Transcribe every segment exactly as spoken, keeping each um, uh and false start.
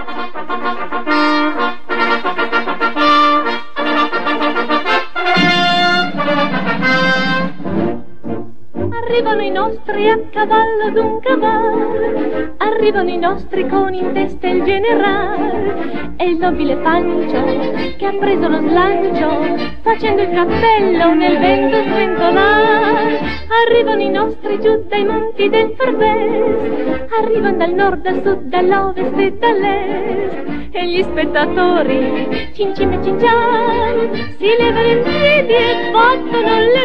Arrivano i nostri a cavallo d'un cavallo, arrivano i nostri con in testa il generale e il nobile Pancio che ha preso lo slancio facendo il cappello nel vento sventolare. Arrivano i nostri giù dai monti del Forbes, arrivano dal nord, dal sud, dall'ovest e dall'est e gli spettatori cincin e cincian si levano in piedi e battono le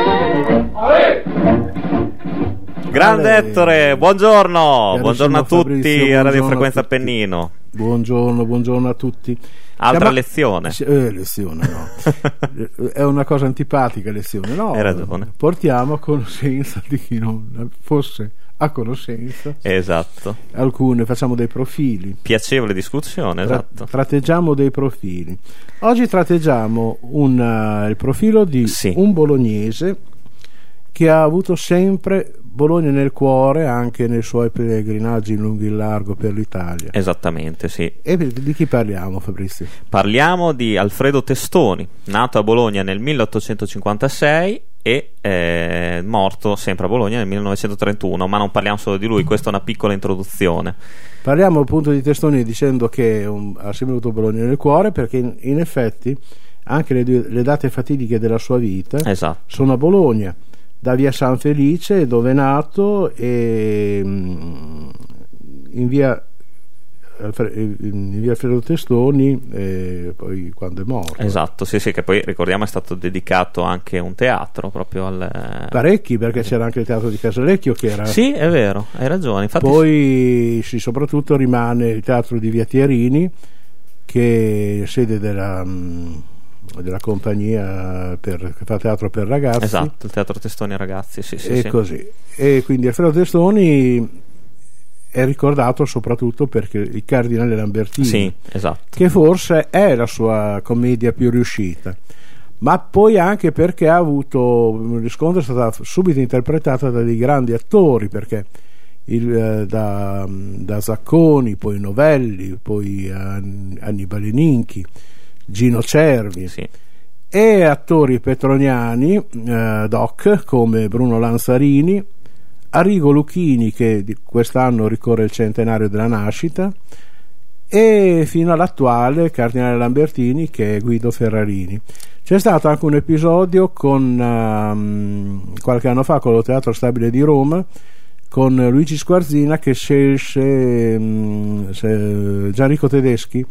mani. Grande Ettore, buongiorno, Carissimo buongiorno a tutti Fabrizio, a Radio buongiorno Frequenza a tutti. Appennino. Buongiorno, buongiorno a tutti. Altra Chiama... lezione. Eh, lezione, no. È una cosa antipatica, lezione, no? Hai ragione. Portiamo a conoscenza di chi non fosse a conoscenza. Esatto. Alcune, facciamo dei profili. Piacevole discussione, Tra- esatto. Tratteggiamo dei profili. Oggi tratteggiamo un, uh, il profilo di Sì. un bolognese che ha avuto sempre Bologna nel cuore anche nei suoi pellegrinaggi in lungo e in largo per l'Italia. Esattamente, sì. E di chi parliamo, Fabrizio? Parliamo di Alfredo Testoni, nato a Bologna nel milleottocentocinquantasei e eh, morto sempre a Bologna nel millenovecentotrentuno, ma non parliamo solo di lui, questa è una piccola introduzione. Parliamo appunto di Testoni dicendo che um, ha sempre avuto Bologna nel cuore perché in, in effetti anche le, due, le date fatidiche della sua vita Esatto. sono a Bologna, da via San Felice dove è nato e um, in via in via Alfredo Testoni e poi quando è morto. Esatto, sì, sì, che poi ricordiamo è stato dedicato anche un teatro proprio al parecchi, perché c'era anche il teatro di Casalecchio che era, sì, è vero, hai ragione. Infatti poi sì, soprattutto rimane il teatro di via Tierini che è sede della della compagnia per, che fa teatro per ragazzi. Esatto, il teatro Testoni ragazzi, sì, sì, e sì. così. E quindi Alfredo Testoni è ricordato soprattutto perché il Cardinale Lambertini, Sì, esatto. che forse è la sua commedia più riuscita, ma poi anche perché ha avuto un riscontro, è stata subito interpretata da dei grandi attori, perché il, eh, da, da Zacconi, poi Novelli, poi Annibale Ninchi, Gino Cervi, Sì. e attori petroniani eh, doc come Bruno Lanzarini, Arrigo Lucchini che di quest'anno ricorre il centenario della nascita, e fino all'attuale Cardinale Lambertini che è Guido Ferrarini. C'è stato anche un episodio con um, qualche anno fa con lo Teatro Stabile di Roma con Luigi Squarzina che scelse um, Gianrico Tedeschi,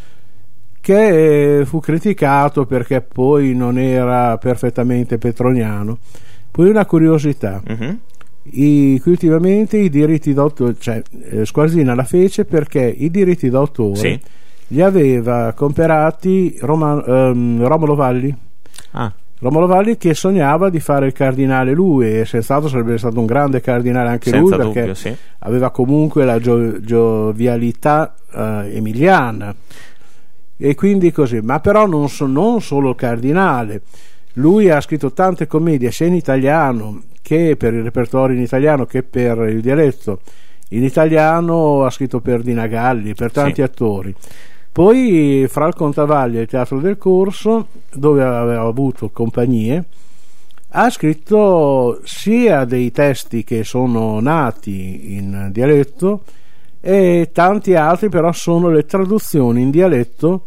che fu criticato perché poi non era perfettamente petroniano. Poi una curiosità, Mm-hmm. I, ultimamente i diritti d'autore, cioè eh, Squarzina la fece perché i diritti d'autore Sì. li aveva comprati Roma, ehm, Romolo Valli Ah, Romolo Valli che sognava di fare il cardinale lui, e senz'altro sarebbe stato un grande cardinale anche senza lui perché dubbio, sì. aveva comunque la gio- giovialità eh, emiliana, e quindi così. Ma però non, so, non solo il cardinale, lui ha scritto tante commedie sia in italiano che per il repertorio in italiano che per il dialetto in italiano, ha scritto per Dina Galli, per tanti Sì. attori. Poi fra il Contavaglio e il Teatro del Corso, dove aveva avuto compagnie, ha scritto sia dei testi che sono nati in dialetto e tanti altri però sono le traduzioni in dialetto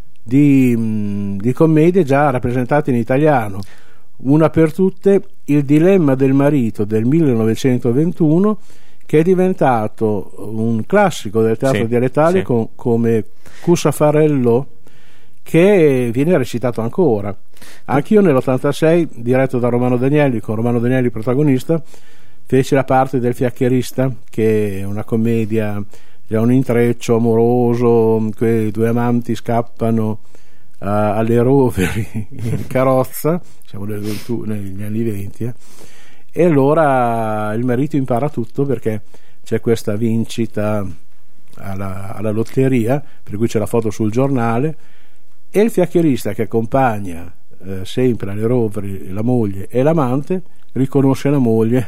di, di commedie già rappresentate in italiano. Una per tutte, Il dilemma del marito del millenovecentoventuno, che è diventato un classico del teatro Sì, dialettale, sì. con, come Cussafarello, che viene recitato ancora. Anch'io nell'ottantasei, diretto da Romano Danieli, con Romano Danieli protagonista, fece la parte del fiaccherista, che è una commedia, è un intreccio amoroso, quei due amanti scappano uh, alle roveri in carrozza, siamo nel ventu, negli anni venti, eh. E allora il marito impara tutto perché c'è questa vincita alla, alla lotteria, per cui c'è la foto sul giornale, e il fiaccherista che accompagna eh, sempre alle roveri la moglie e l'amante riconosce la moglie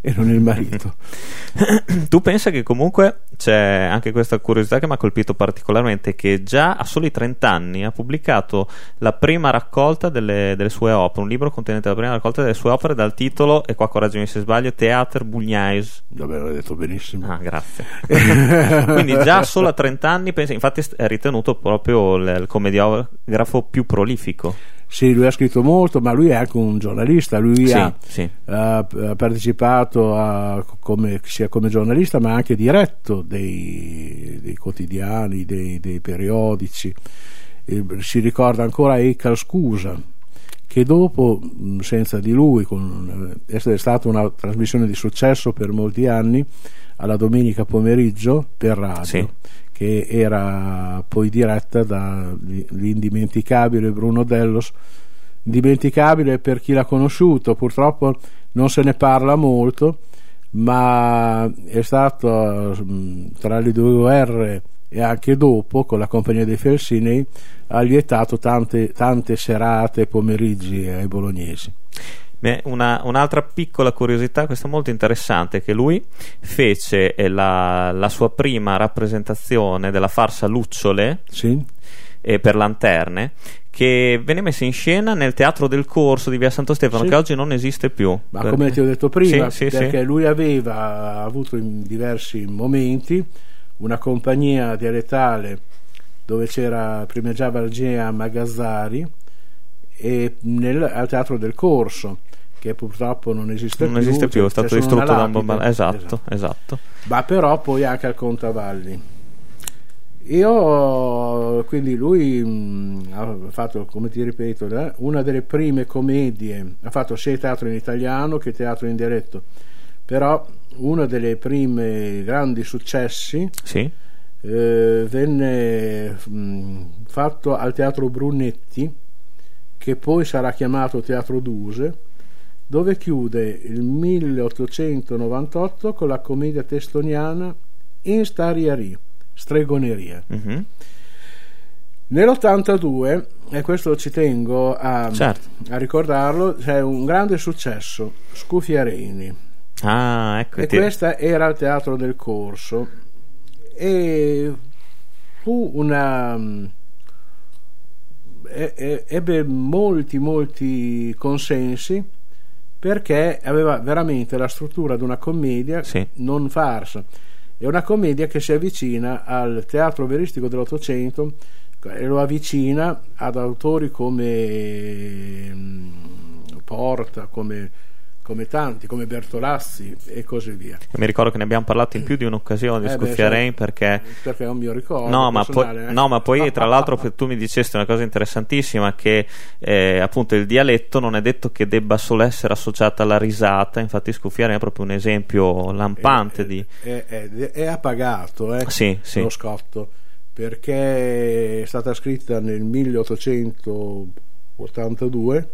e non il marito. Tu pensa che comunque c'è anche questa curiosità che mi ha colpito particolarmente, che già a soli trenta anni ha pubblicato la prima raccolta delle, delle sue opere, un libro contenente la prima raccolta delle sue opere dal titolo, e qua correggimi se sbaglio, Théâtre Bugnais. Vabbè, l'ho detto benissimo. Ah, grazie. Quindi già solo a trenta anni, pensa, infatti è ritenuto proprio il, il commediografo più prolifico. Sì, lui ha scritto molto, ma lui è anche un giornalista, lui sì, ha, sì. ha, ha partecipato a, come, sia come giornalista ma anche diretto dei, dei quotidiani, dei, dei periodici. E si ricorda ancora Eical Scusa, che dopo, senza di lui, con, è stata una trasmissione di successo per molti anni, alla domenica pomeriggio per radio. Sì. Che era poi diretta dall'indimenticabile Bruno Dellos, indimenticabile per chi l'ha conosciuto, purtroppo non se ne parla molto, ma è stato tra le due guerre e anche dopo, con la compagnia dei Felsinei, ha lietato tante, tante serate e pomeriggi ai bolognesi. Una, un'altra piccola curiosità, questa molto interessante, che lui fece la, la sua prima rappresentazione della farsa Lucciole, sì. eh, per lanterne, che venne messa in scena nel Teatro del Corso di via Santo Stefano, sì. che oggi non esiste più. Ma perché... come ti ho detto prima, sì, sì, perché sì. lui aveva avuto in diversi momenti una compagnia dialettale dove c'era primeggiava Algea Magazzari, e nel, al Teatro del Corso, che purtroppo non esiste non più, esiste più, è stato distrutto da un bombardamento. Esatto, esatto, esatto. Ma però poi anche al Contavalli. Io, quindi lui mh, ha fatto, come ti ripeto, eh, una delle prime commedie, ha fatto sia teatro in italiano che teatro in dialetto, però uno delle prime grandi successi sì. eh, venne mh, fatto al Teatro Brunetti, che poi sarà chiamato Teatro Duse, dove chiude il milleottocentonovantotto con la commedia testoniana In Stariari, Stregoneria. Mm-hmm. Nell'ottantadue, e questo ci tengo a, certo. a ricordarlo, c'è un grande successo, Scufiareni. Ah, ecco. E questa era al Teatro del Corso, e fu una... ebbe molti molti consensi, perché aveva veramente la struttura di una commedia, sì. non farsa, è una commedia che si avvicina al teatro veristico dell'Ottocento e lo avvicina ad autori come Porta, come come tanti, come Bertolazzi e così via. Mi ricordo che ne abbiamo parlato in più di un'occasione di eh Scufiareni, beh, perché perché è un mio ricordo no ma, poi, eh. no ma poi tra l'altro tu mi dicesti una cosa interessantissima, che eh, appunto il dialetto non è detto che debba solo essere associata alla risata, infatti Scufiareni è proprio un esempio lampante è, di è, è, è appagato eh, sì, sì. lo scotto, perché è stata scritta nel milleottocentottantadue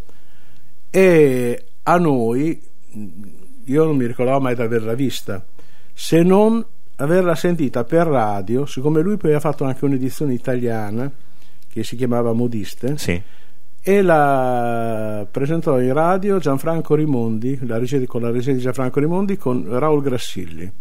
e a noi, io non mi ricordavo mai di averla vista, se non averla sentita per radio, siccome lui poi ha fatto anche un'edizione italiana che si chiamava Modiste, sì. e la presentò in radio Gianfranco Rimondi, la regia, con la regia di Gianfranco Rimondi, con Raul Grassilli.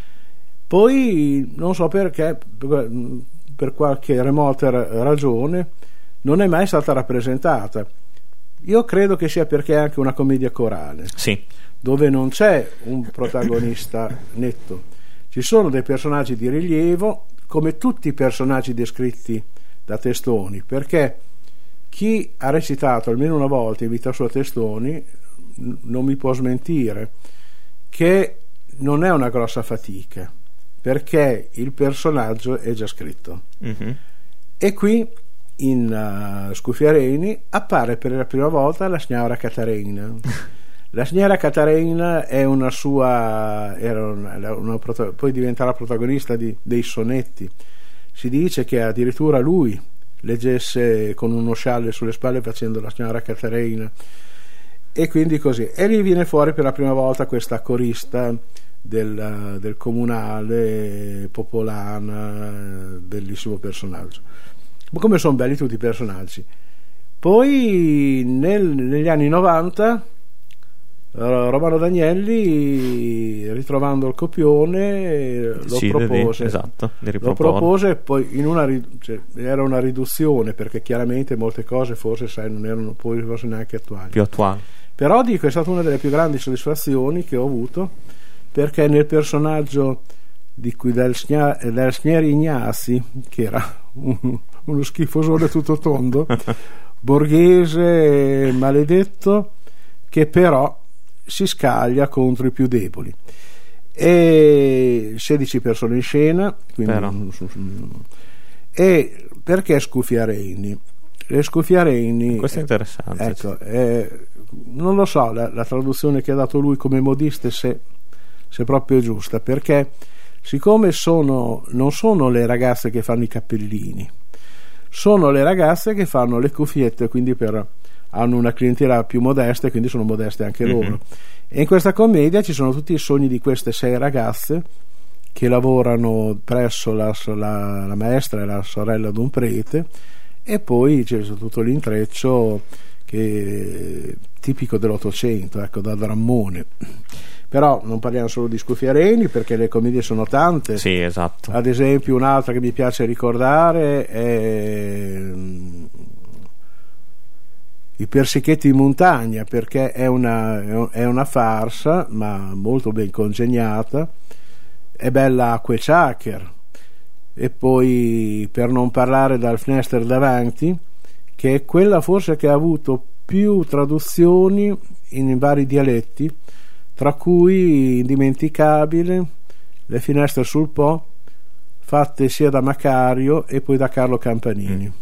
Poi non so perché, per qualche remota ragione, non è mai stata rappresentata. Io credo che sia perché è anche una commedia corale, sì. dove non c'è un protagonista netto, ci sono dei personaggi di rilievo, come tutti i personaggi descritti da Testoni, perché chi ha recitato almeno una volta in vita sua Testoni non mi può smentire che non è una grossa fatica, perché il personaggio è già scritto. Mm-hmm. E qui in uh, Scufiareni appare per la prima volta la signora Catarina. La signora Catarina è una sua era una, una, poi diventerà protagonista di, dei sonetti. Si dice che addirittura lui leggesse con uno scialle sulle spalle facendo la signora Catarina, e quindi così, e lì viene fuori per la prima volta questa corista del, del comunale popolana, bellissimo personaggio. Ma come sono belli tutti i personaggi. Poi nel, negli anni novanta Romano Danielli, ritrovando il copione, lo Decide propose, di, esatto, di lo propose poi in una, cioè, era una riduzione, perché chiaramente molte cose forse sai non erano poi forse neanche attuali, più attuali. Però dico, è stata una delle più grandi soddisfazioni che ho avuto, perché nel personaggio di cui del, del Snieri Ignasi, che era un, uno schifosone tutto tondo, borghese maledetto, che però si scaglia contro i più deboli, e sedici persone in scena, quindi, e perché Scufiarini? Le Scufiarini, questo è interessante, ecco, eh, non lo so la, la traduzione che ha dato lui come modiste se, se proprio è giusta, perché siccome sono non sono le ragazze che fanno i cappellini, sono le ragazze che fanno le cuffiette, quindi per hanno una clientela più modesta e quindi sono modeste anche loro. Mm-hmm. E in questa commedia ci sono tutti i sogni di queste sei ragazze che lavorano presso la, la, la maestra e la sorella di un prete, e poi c'è tutto l'intreccio che tipico dell'Ottocento, ecco, da drammone. Però non parliamo solo di Scufiarini, perché le commedie sono tante. Sì, esatto. Ad esempio un'altra che mi piace ricordare è I Persichetti in montagna, perché è una, è una farsa ma molto ben congegnata, è bella acqua e ciacher. E poi, per non parlare dal Fnester davanti, che è quella forse che ha avuto più traduzioni in vari dialetti, tra cui indimenticabile Le finestre sul Po, fatte sia da Macario e poi da Carlo Campanini. Mm.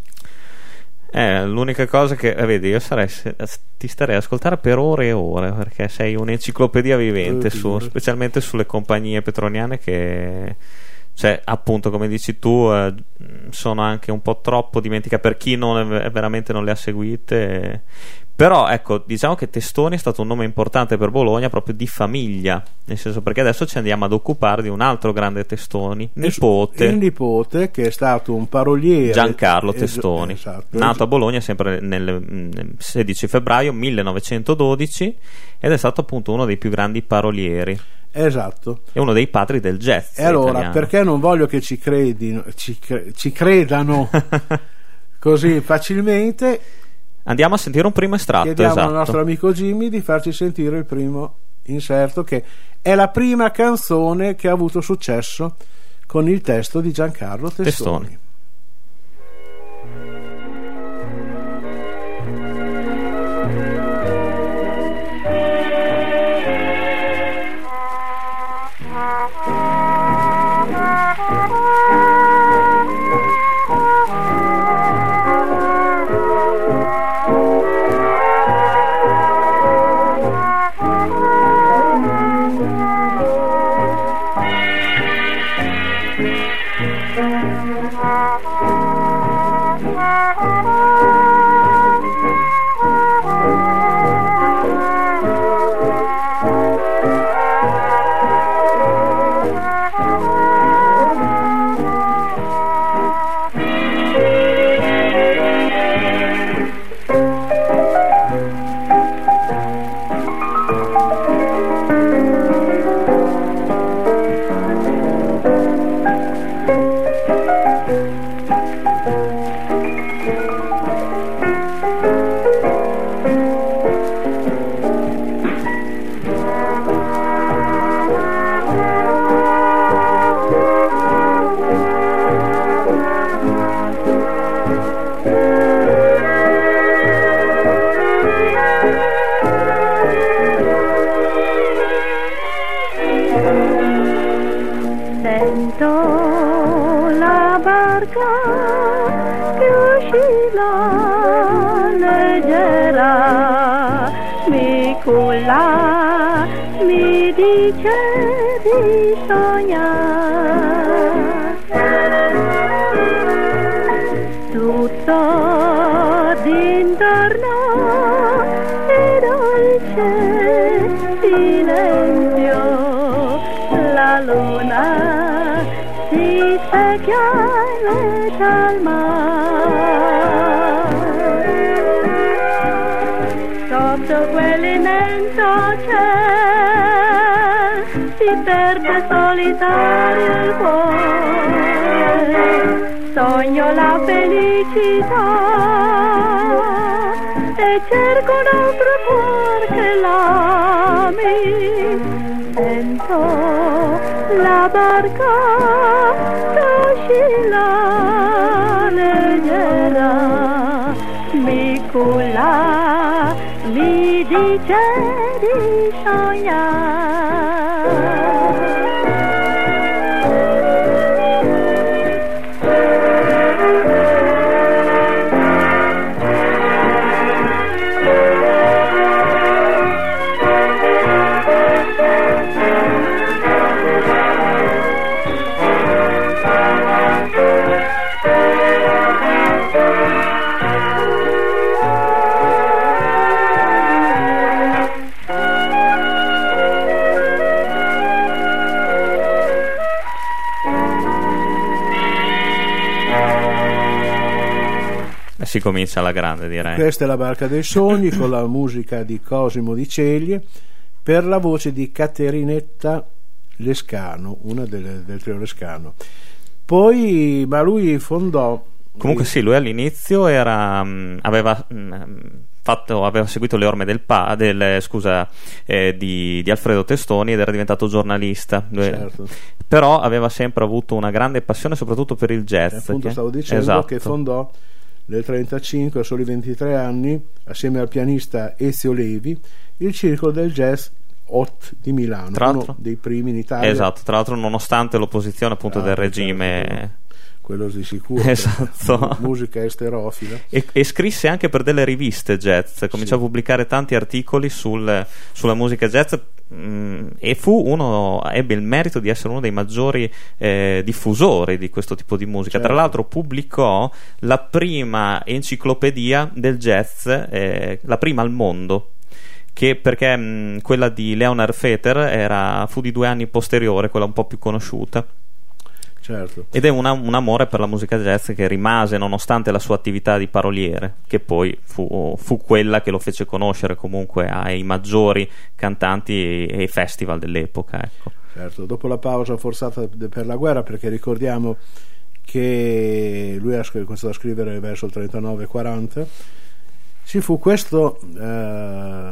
Eh, l'unica cosa che eh, vedi, io sarei, ti starei a ascoltare per ore e ore, perché sei un'enciclopedia vivente, su, specialmente sulle compagnie petroniane, che, cioè, appunto, come dici tu, eh, sono anche un po' troppo dimenticate per chi non è, veramente non le ha seguite. Eh. Però ecco, diciamo che Testoni è stato un nome importante per Bologna, proprio di famiglia, nel senso, perché adesso ci andiamo ad occupare di un altro grande Testoni, nipote, il nipote, che è stato un paroliere, Giancarlo Testoni, es- esatto. nato a Bologna sempre nel, nel sedici febbraio millenovecentododici, ed è stato appunto uno dei più grandi parolieri. Esatto. È uno dei padri del jazz. E allora, italiano. Perché non voglio che ci credino, ci, cre- ci credano così facilmente, andiamo a sentire un primo estratto. Chiediamo esatto. al nostro amico Jimmy di farci sentire il primo inserto, che è la prima canzone che ha avuto successo con il testo di Giancarlo Testoni. Testoni. Sotto quell'immenso è solitario il cuore, sogno la felicità e cerco un altro cuore che l'ami. Sento la barca che oscilla leggera, mi culla, mi dice di sognare. Si comincia alla grande, direi. Questa è la Barca dei Sogni con la musica di Cosimo Di Ceglie per la voce di Caterinetta Lescano, una delle, del trio Lescano. Poi, ma lui fondò. Comunque sì, lui all'inizio era mh, aveva mh, fatto, aveva seguito le orme del pa, del, scusa, eh, di, di Alfredo Testoni ed era diventato giornalista. Certo. Però aveva sempre avuto una grande passione soprattutto per il jazz. E appunto che... stavo dicendo esatto. che fondò nel trentacinque, a soli ventitré anni, assieme al pianista Ezio Levi, il Circolo del Jazz O T di Milano, tra uno dei primi in Italia. Esatto, tra l'altro nonostante l'opposizione appunto ah, del regime, certo, quello di sicuro, esatto, musica esterofila, e, e scrisse anche per delle riviste jazz, cominciò sì. a pubblicare tanti articoli sul, sulla musica jazz, mh, e fu uno, ebbe il merito di essere uno dei maggiori eh, diffusori di questo tipo di musica. Certo. Tra l'altro pubblicò la prima enciclopedia del jazz, eh, la prima al mondo, che perché mh, quella di Leonard Fetter era, fu di due anni posteriore, quella un po' più conosciuta. Certo. Ed è una, un amore per la musica jazz che rimase nonostante la sua attività di paroliere, che poi fu, fu quella che lo fece conoscere comunque ai maggiori cantanti e, e festival dell'epoca, ecco. Certo, dopo la pausa forzata per la guerra, perché ricordiamo che lui ha cominciato a scrivere verso il trentanove quaranta, ci fu questo eh,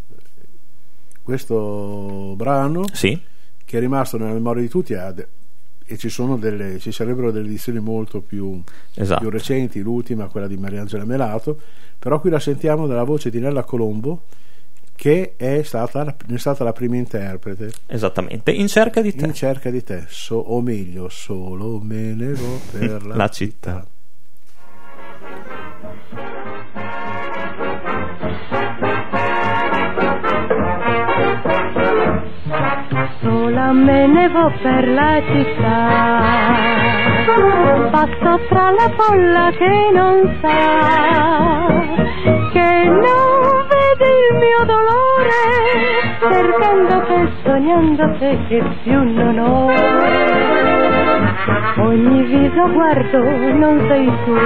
questo brano, sì, che è rimasto nella memoria di tutti, e ci sono delle, ci sarebbero delle edizioni molto più, esatto. più recenti, l'ultima quella di Mariangela Melato, però qui la sentiamo dalla voce di Nella Colombo, che è stata, è stata la prima interprete. Esattamente, In cerca di te. In cerca di te, so, o meglio, solo me ne vo per la, la città. Sola me ne vo per la città, passo tra la folla che non sa, che non vede il mio dolore, cercando te, sognando te che più non ho. Ogni viso guardo, non sei tu,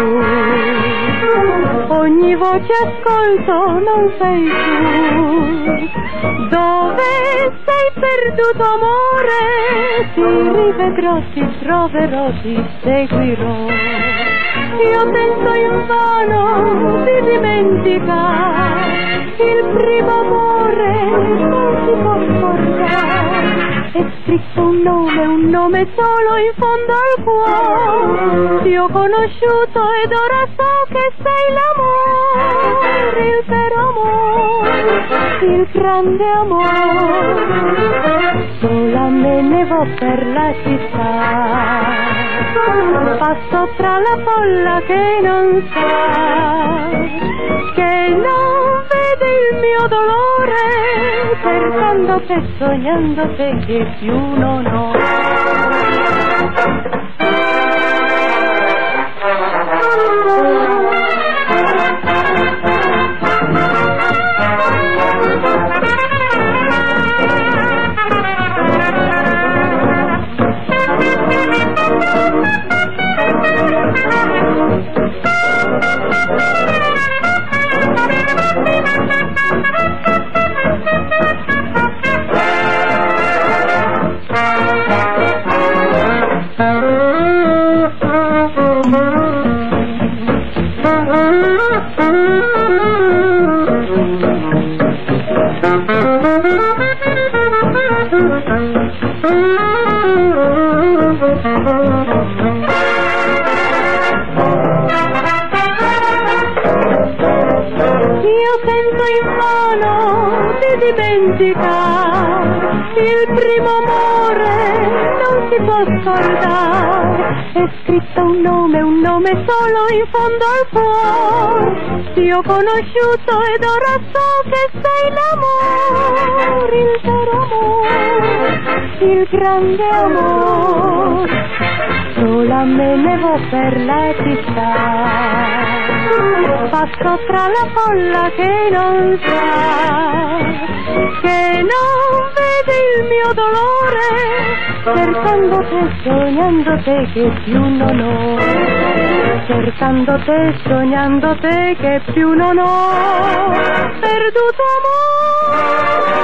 ogni voce ascolto, non sei tu. Dove sei perduto amore? Ti rivedrò, ti troverò, ti seguirò. Io tento invano di dimenticare il primo amore, non si può scordare. È scritto un nome, un nome solo in fondo al cuore. Ti ho conosciuto ed ora so che sei l'amore, il vero amore, il grande amore. Sola me ne vo per la città, passo tra la folla che non sa, che non vede il mio dolore, cercando te, sognando te che più non ho. sento in mano di dimenticare, il primo amore non si può scordare, è scritto un nome, un nome solo in fondo al cuore, ti ho conosciuto ed ora so che sei l'amore, il vero amore, il grande amore, sola me ne vo per la città. Passo tra la folla che non sa, che non vede il mio dolore, cercando te, sognando te che più non ho, cercando te, sognando te che più non ho, perduto amore.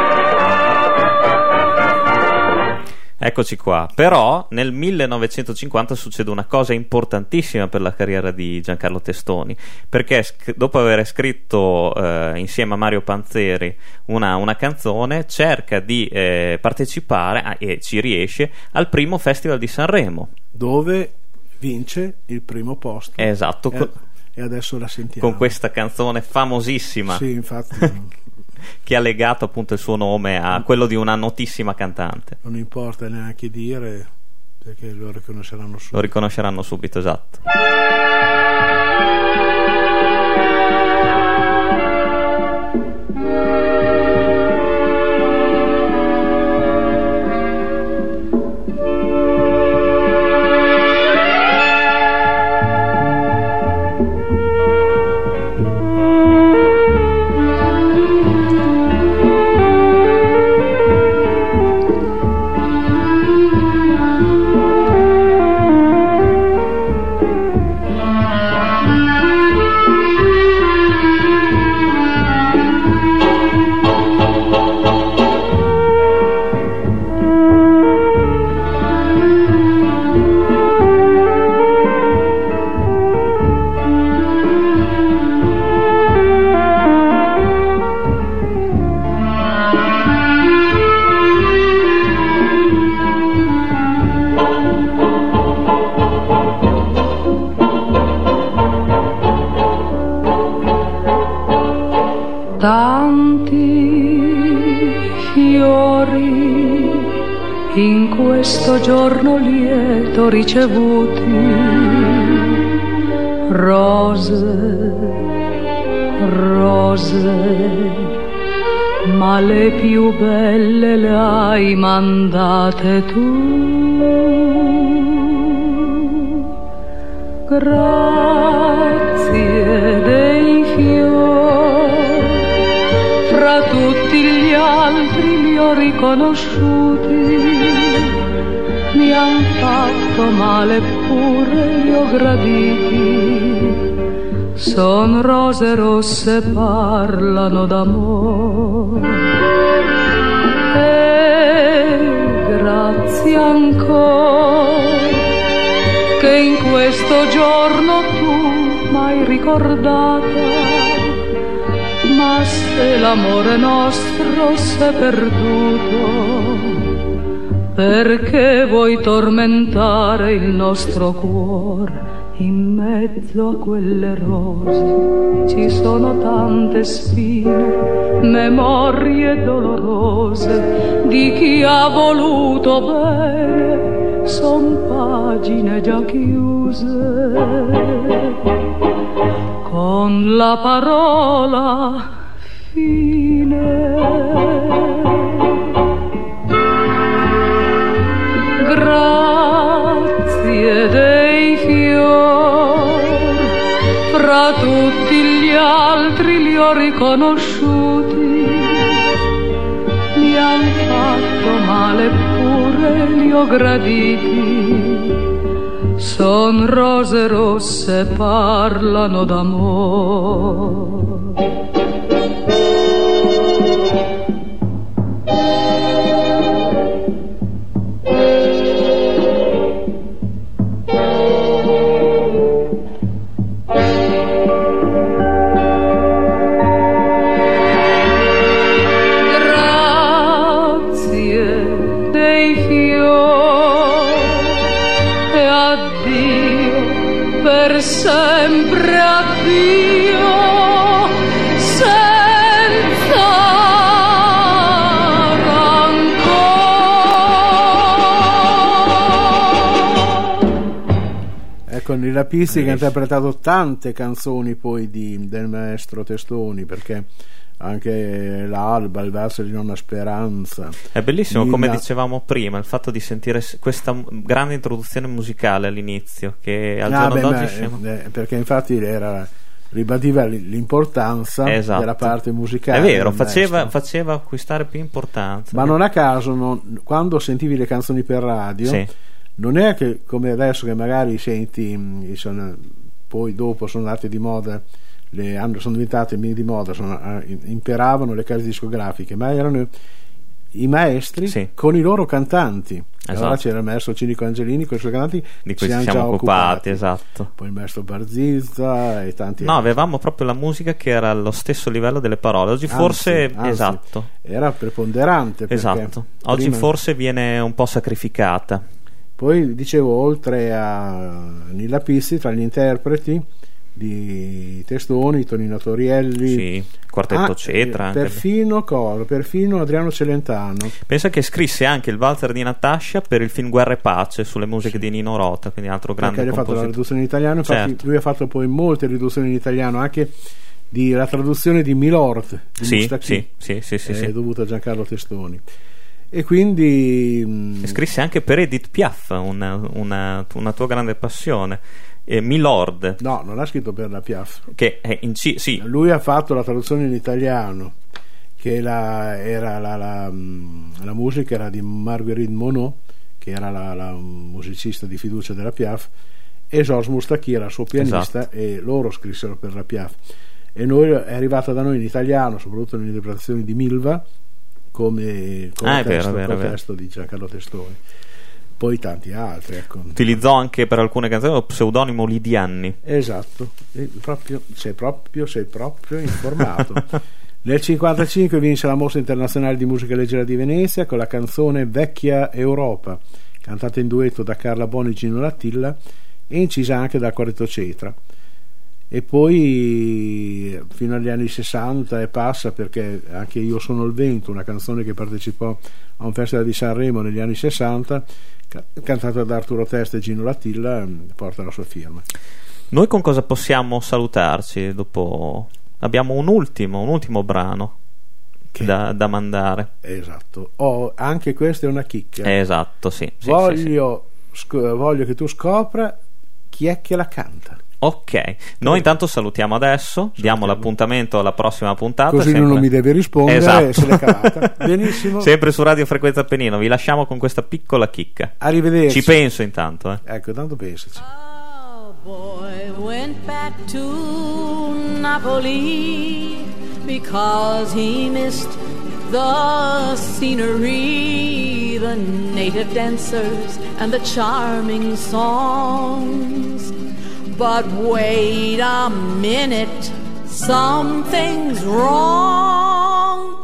Eccoci qua. Però nel millenovecentocinquanta succede una cosa importantissima per la carriera di Giancarlo Testoni, perché sc- dopo aver scritto eh, insieme a Mario Panzeri una, una canzone, cerca di eh, partecipare a, e ci riesce al primo Festival di Sanremo, dove vince il primo posto. Esatto, e, con, e adesso la sentiamo con questa canzone famosissima. Sì, infatti. Che ha legato appunto il suo nome a quello di una notissima cantante. Non importa neanche dire, perché lo riconosceranno subito. Lo riconosceranno subito, esatto. In questo giorno lieto ricevuti, rose, rose, ma le più belle le hai mandate tu. Grazie dei fiori, fra tutti gli altri li ho riconosciuti, mi han fatto male pure li ho graditi, son rose rosse parlano d'amore. E grazie ancora che in questo giorno tu m'hai ricordata, ma se l'amore nostro s'è perduto, perché vuoi tormentare il nostro cuore? In mezzo a quelle rose ci sono tante spine, memorie dolorose di chi ha voluto bene, son pagine già chiuse. Con la parola fine, grazie dei fiori, fra tutti gli altri li ho riconosciuti, mi han fatto male pure li ho graditi, son rose rosse parlano d'amore. per sempre addio, senza rancore. Ecco, Nilla Pissi che ha interpretato tante canzoni poi di, del maestro Testoni, perché anche l'Alba, il verso di Nonna Speranza. È bellissimo, Nina... come dicevamo prima, il fatto di sentire questa grande introduzione musicale all'inizio, che al ah, giorno beh, d'oggi ma, scema... eh, perché infatti era, ribadiva l'importanza esatto. della parte musicale. È vero, del faceva, faceva acquistare più importanza. Ma non a caso, non, quando sentivi le canzoni per radio, sì. non è che come adesso che magari senti, sono, poi dopo sono andate di moda, le hanno, sono diventate di moda, sono, imperavano le case discografiche, ma erano i maestri sì. con i loro cantanti. Esatto. Allora c'era il maestro Cinico Angelini con i suoi cantanti di cui ci siamo occupati, occupati, esatto. Poi il maestro Barzizza e tanti no, altri. Avevamo proprio la musica che era allo stesso livello delle parole. Oggi anzi, forse anzi, esatto. era preponderante, esatto. Oggi prima... forse viene un po' sacrificata. Poi dicevo, oltre a Nilla Pissi, tra gli interpreti di Testoni, Tonino Torielli, sì, Quartetto ah, Cetra, perfino coro, perfino Adriano Celentano. Pensa che scrisse anche il valzer di Natascia per il film Guerra e Pace sulle musiche sì. di Nino Rota, quindi altro grande perché compositore. Ha fatto la riduzione in italiano, infatti certo. lui ha fatto poi molte riduzioni in italiano, anche di, la traduzione di Milord di sì, Moustaki, sì, sì, sì, è sì. dovuta a Giancarlo Testoni. E quindi e scrisse anche per Edith Piaf, una, una, una tua grande passione. Eh, Milord, no, non ha scritto per la Piaf, che è in C, sì. Lui ha fatto la traduzione in italiano, che la, era la, la, la musica era di Marguerite Monod, che era la, la musicista di fiducia della Piaf, e Georges Moustaki era il suo pianista, esatto. e loro scrissero per la Piaf. E noi è arrivata da noi in italiano, soprattutto nelle interpretazioni di Milva, come, come ah, testo, vero, vero, testo vero. di Giancarlo Testoni. Poi tanti altri, ecco. Utilizzò anche per alcune canzoni lo pseudonimo Lidianni. Esatto, e proprio, sei proprio sei proprio informato. Nel cinquantacinque vince la Mostra Internazionale di Musica Leggera di Venezia con la canzone Vecchia Europa, cantata in duetto da Carla Boni e Gino Latilla e incisa anche dal Quartetto Cetra. E poi fino agli anni sessanta e passa, perché anche Io sono il vento, una canzone che partecipò a un festival di Sanremo negli anni sessanta, cantata da Arturo Testa e Gino Latilla, porta la sua firma. Noi con cosa possiamo salutarci? Dopo abbiamo un ultimo, un ultimo brano che... da, da mandare. Esatto. Oh, anche questa è una chicca. Esatto, sì. sì voglio, sì, sì. Sc- voglio che tu scopra chi è che la canta. Ok, noi intanto salutiamo adesso, salutiamo. Diamo l'appuntamento alla prossima puntata. Così sempre... lui non mi deve rispondere, esatto. se l'è cavata. Benissimo. Sempre su Radio Frequenza Appennino, vi lasciamo con questa piccola chicca. Arrivederci. Ci penso intanto. Eh. Ecco, tanto pensaci. A boy went back to Napoli because he missed the scenery, the native dancers and the charming songs. But wait a minute, something's wrong.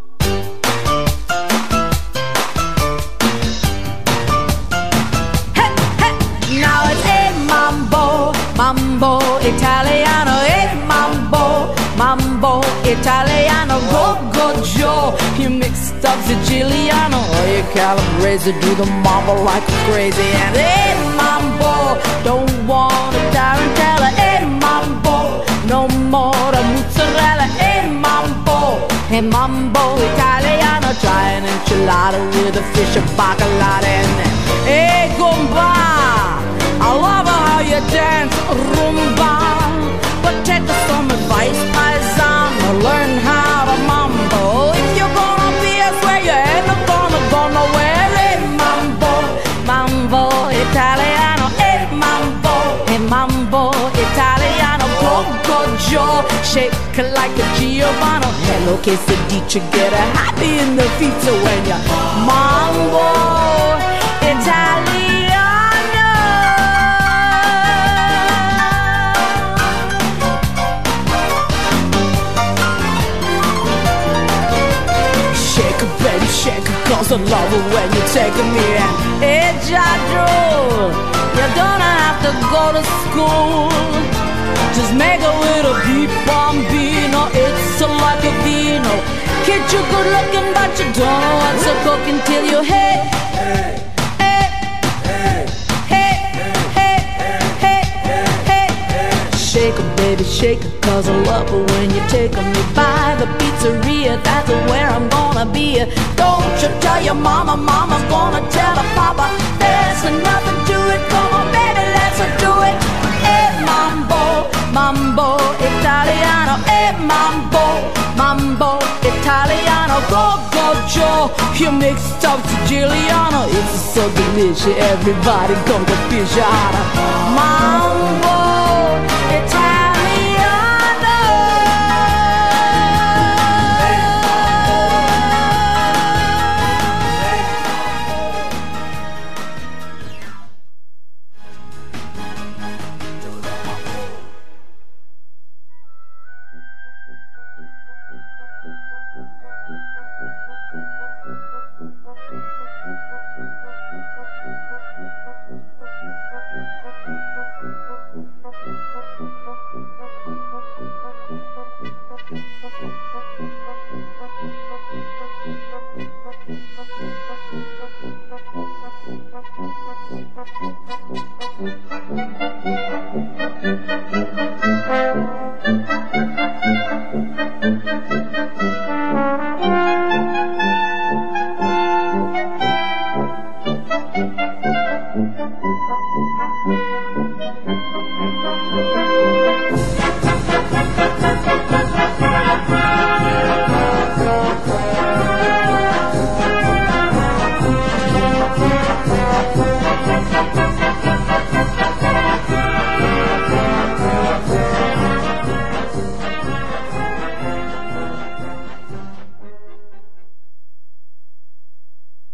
Hey, hey, now it's a mambo, mambo Italiano, a mambo, mambo Italiano, go, go, Joe. You mixed up Siciliano, or you calabrese, do the mambo like crazy. And a mambo, don't want a tarantella, a mambo, no more a mozzarella, a mambo, a mambo Italiano, try an enchilada with a fish, a bacalao, and a gumba. I love how you dance rumba, but take some advice, paisan, learn how to mambo. If you're gonna be a swear, you ain't gonna go nowhere. A mambo, mambo Italiano, a mambo, a mambo Italiano, go, go, Joe, shake like a Giovanni. Hello, che se dice, get a happy in the feet, so when you mambo Italiano. Shake, cause I love it when you're taking me in. Hey, Jadro, You don't have to go to school. Just make a little beef bambino. It's like a vino. Kid, you good looking, but you don't know what's a cook until you hey, hey, hey, hey, hey, hey, hey, hey, hey. Shake 'em, baby, shake 'em, 'cause I love it when you take 'em. You buy the pizzeria, that's where I'm gonna be. Don't you tell your mama, mama's gonna tell her papa. There's nothing to it, come on, baby, let's do it. Hey, mambo, mambo italiano. Hey, mambo, mambo italiano. Go, go, Joe, you mixed up Siciliano. It's so delicious, everybody come to fish out. Mambo italiano. Thank you.